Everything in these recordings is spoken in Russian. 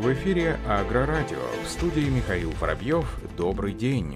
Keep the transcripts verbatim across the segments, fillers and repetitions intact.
В эфире Агрорадио. В студии Михаил Воробьев. Добрый день.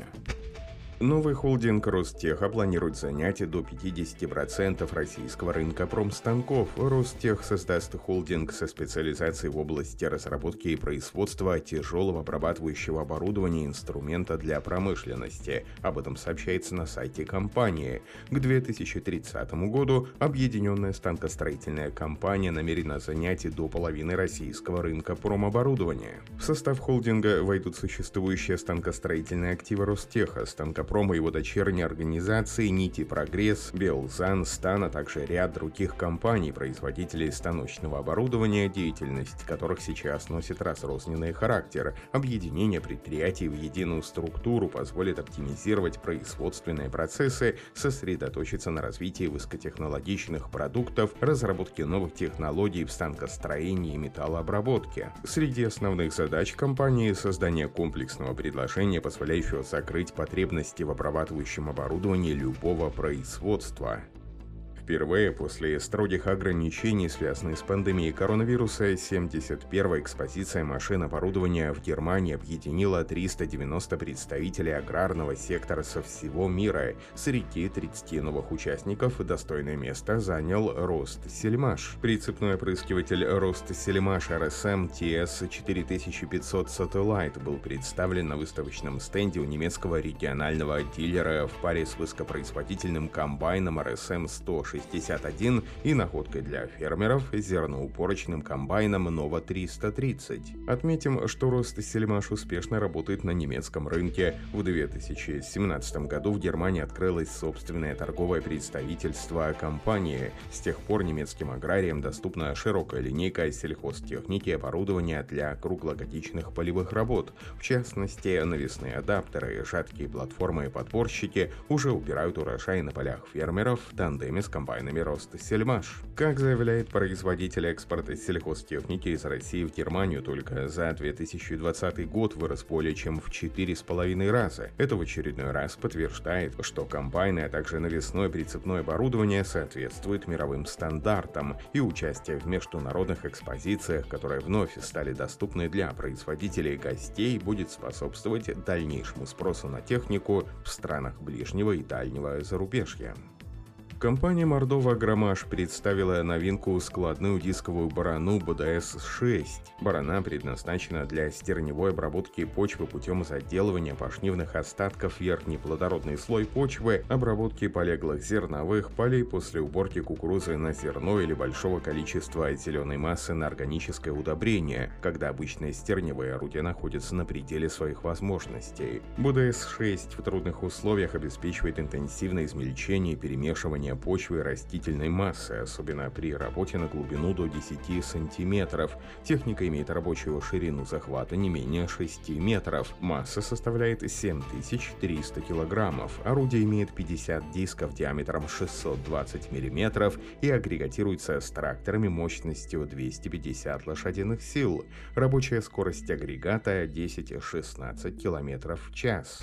Новый холдинг Ростеха планирует занять до пятидесяти процентов российского рынка промстанков. Ростех создаст холдинг со специализацией в области разработки и производства тяжелого обрабатывающего оборудования и инструмента для промышленности. Об этом сообщается на сайте компании. К две тысячи тридцатому году объединенная станкостроительная компания намерена занять до половины российского рынка промоборудования. В состав холдинга войдут существующие станкостроительные активы Ростеха, станкопром и его дочерние организации «Нити Прогресс», «Белзан», «Стан», а также ряд других компаний, производителей станочного оборудования, деятельность которых сейчас носит разрозненный характер. Объединение предприятий в единую структуру позволит оптимизировать производственные процессы, сосредоточиться на развитии высокотехнологичных продуктов, разработке новых технологий в станкостроении и металлообработке. Среди основных задач компании — создание комплексного предложения, позволяющего закрыть потребности в обрабатывающем оборудовании любого производства. Впервые после строгих ограничений, связанных с пандемией коронавируса, семьдесят первая экспозиция машин оборудования в Германии объединила триста девяносто представителей аграрного сектора со всего мира. Среди тридцати новых участников достойное место занял Ростсельмаш. Прицепной опрыскиватель Ростсельмаш эр эс эм ти эс четыре тысячи пятьсот Satellite был представлен на выставочном стенде у немецкого регионального дилера в паре с высокопроизводительным комбайном эр эс эм сто шестьдесят один и находкой для фермеров зерноупорочным комбайном Nova триста тридцать. Отметим, что Ростсельмаш успешно работает на немецком рынке. В две тысячи семнадцатом году в Германии открылось собственное торговое представительство компании. С тех пор немецким аграриям доступна широкая линейка сельхозтехники и оборудования для круглогодичных полевых работ. В частности, навесные адаптеры, жаткие платформы и подборщики уже убирают урожай на полях фермеров в тандеме с комбайнами Ростсельмаш. Как заявляет производитель экспорта сельхозтехники из России в Германию, только за две тысячи двадцатый год вырос более чем в четыре с половиной раза. Это в очередной раз подтверждает, что комбайны, а также навесное прицепное оборудование соответствуют мировым стандартам, и участие в международных экспозициях, которые вновь стали доступны для производителей и гостей, будет способствовать дальнейшему спросу на технику в странах ближнего и дальнего зарубежья. Компания Мордова Агромаш представила новинку — складную дисковую барану бэ дэ эс шесть. Барана предназначена для стерневой обработки почвы путем заделывания пашнивных остатков в верхний плодородный слой почвы, обработки полеглых зерновых полей после уборки кукурузы на зерно или большого количества зеленой массы на органическое удобрение, когда обычные стерневые орудия находятся на пределе своих возможностей. бэ дэ эс шесть в трудных условиях обеспечивает интенсивное измельчение и перемешивание почвы и растительной массы, особенно при работе на глубину до десяти сантиметров. Техника имеет рабочую ширину захвата не менее шести метров. Масса составляет семь тысяч триста килограммов. Орудие имеет пятьдесят дисков диаметром шестьсот двадцать миллиметров и агрегатируется с тракторами мощностью двести пятьдесят лошадиных сил. Рабочая скорость агрегата десять-шестнадцать километров в час.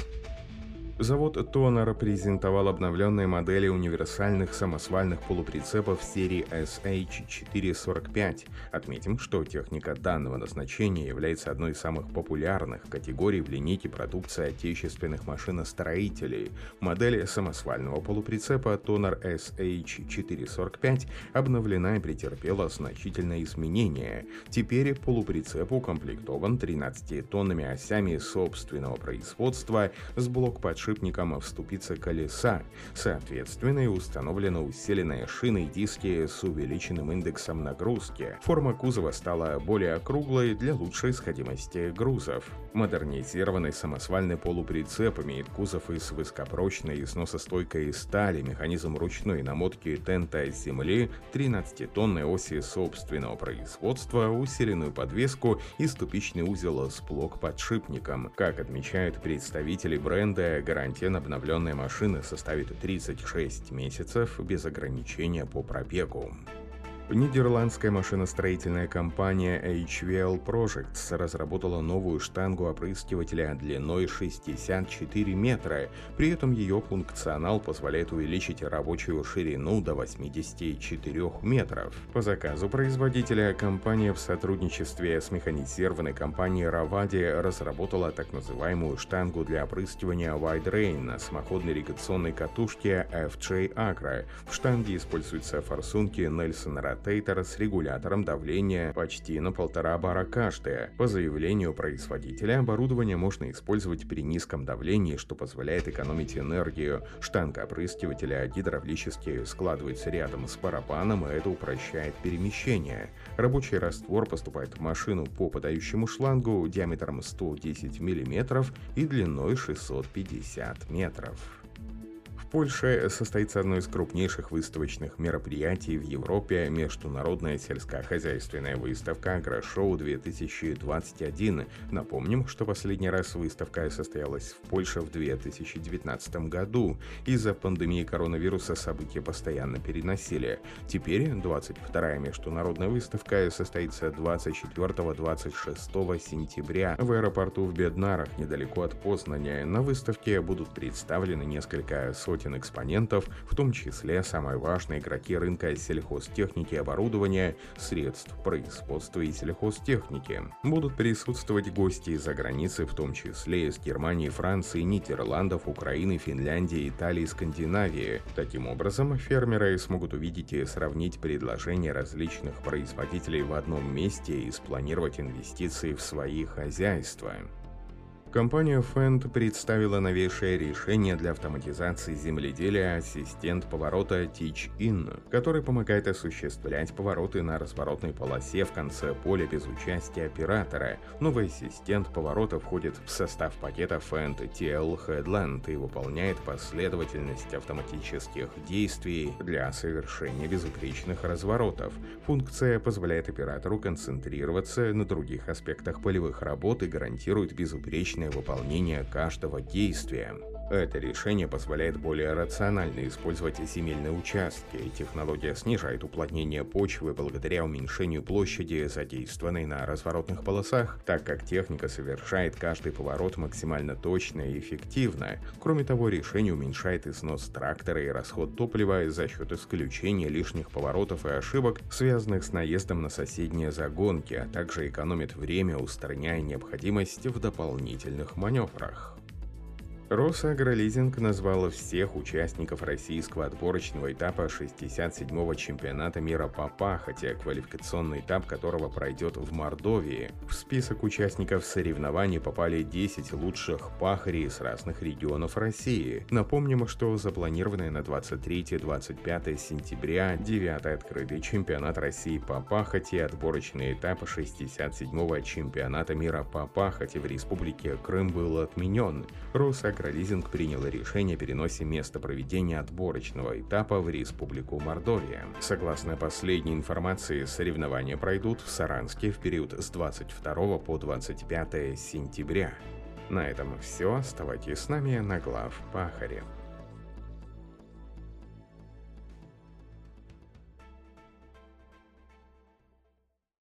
Завод Тонар презентовал обновленные модели универсальных самосвальных полуприцепов серии эс эйч четыреста сорок пять. Отметим, что техника данного назначения является одной из самых популярных категорий в линейке продукции отечественных машиностроителей. Модель самосвального полуприцепа Тонар эс эйч четыреста сорок пять обновлена и претерпела значительные изменения. Теперь полуприцеп укомплектован тринадцатью тонными осями собственного производства с блок-подшипником в ступице колеса. Соответственно, и установлены усиленные шины и диски с увеличенным индексом нагрузки. Форма кузова стала более округлой для лучшей сходимости грузов. Модернизированный самосвальный полуприцеп имеет кузов из высокопрочной и сносостойкой стали, механизм ручной намотки тента с земли, тринадцатитонной оси собственного производства, усиленную подвеску и ступичный узел с блок-подшипником. Как отмечают представители бренда, гарантия на обновленные машины составит тридцать шесть месяцев без ограничения по пробегу. Нидерландская машиностроительная компания эйч ви эл Projects разработала новую штангу опрыскивателя длиной шестьдесят четыре метра. При этом ее функционал позволяет увеличить рабочую ширину до восьмидесяти четырёх метров. По заказу производителя компания в сотрудничестве с механизированной компанией Ravadi разработала так называемую штангу для опрыскивания Wide Rain на самоходной ирригационной катушке эф джей Acro. В штанге используются форсунки Нельсон Ротейтор с регулятором давления почти на полтора бара каждая. По заявлению производителя, оборудование можно использовать при низком давлении, что позволяет экономить энергию. Штанга опрыскивателя гидравлически складывается рядом с барабаном, и это упрощает перемещение. Рабочий раствор поступает в машину по подающему шлангу диаметром сто десять миллиметров и длиной шестьсот пятьдесят метров. В Польше состоится одно из крупнейших выставочных мероприятий в Европе — международная сельскохозяйственная выставка «Агрошоу две тысячи двадцать один». Напомним, что последний раз выставка состоялась в Польше в две тысячи девятнадцатом году. Из-за пандемии коронавируса события постоянно переносили. Теперь двадцать вторая международная выставка состоится двадцать четвёртого — двадцать шестого сентября в аэропорту в Беднарах, недалеко от Познания. На выставке будут представлены несколько сотен экспонентов, в том числе самые важные игроки рынка сельхозтехники и оборудования, средств производства и сельхозтехники. Будут присутствовать гости из-за границы, в том числе из Германии, Франции, Нидерландов, Украины, Финляндии, Италии, Скандинавии. Таким образом, фермеры смогут увидеть и сравнить предложения различных производителей в одном месте и спланировать инвестиции в свои хозяйства. Компания Fendt представила новейшее решение для автоматизации земледелия — ассистент поворота Teach-In, который помогает осуществлять повороты на разворотной полосе в конце поля без участия оператора. Новый ассистент поворота входит в состав пакета Fendt ти эл Headland и выполняет последовательность автоматических действий для совершения безупречных разворотов. Функция позволяет оператору концентрироваться на других аспектах полевых работ и гарантирует безупречный выполнение каждого действия. Это решение позволяет более рационально использовать земельные участки. Технология снижает уплотнение почвы благодаря уменьшению площади, задействованной на разворотных полосах, так как техника совершает каждый поворот максимально точно и эффективно. Кроме того, решение уменьшает износ трактора и расход топлива за счет исключения лишних поворотов и ошибок, связанных с наездом на соседние загонки, а также экономит время, устраняя необходимость в дополнительных маневрах. Росагролизинг назвала всех участников российского отборочного этапа шестьдесят седьмого чемпионата мира по пахоте, квалификационный этап которого пройдет в Мордовии. В список участников соревнований попали десять лучших пахарей с разных регионов России. Напомним, что запланированный на двадцать третье — двадцать пятое сентября девятый открытый чемпионат России по пахоте, отборочный этап шестьдесят седьмого чемпионата мира по пахоте в Республике Крым был отменен. Росагролизинг Агролизинг принял решение о переносе места проведения отборочного этапа в Республику Мордовия. Согласно последней информации, соревнования пройдут в Саранске в период с двадцать второго по двадцать пятое сентября. На этом все. Оставайтесь с нами на Главпахаре.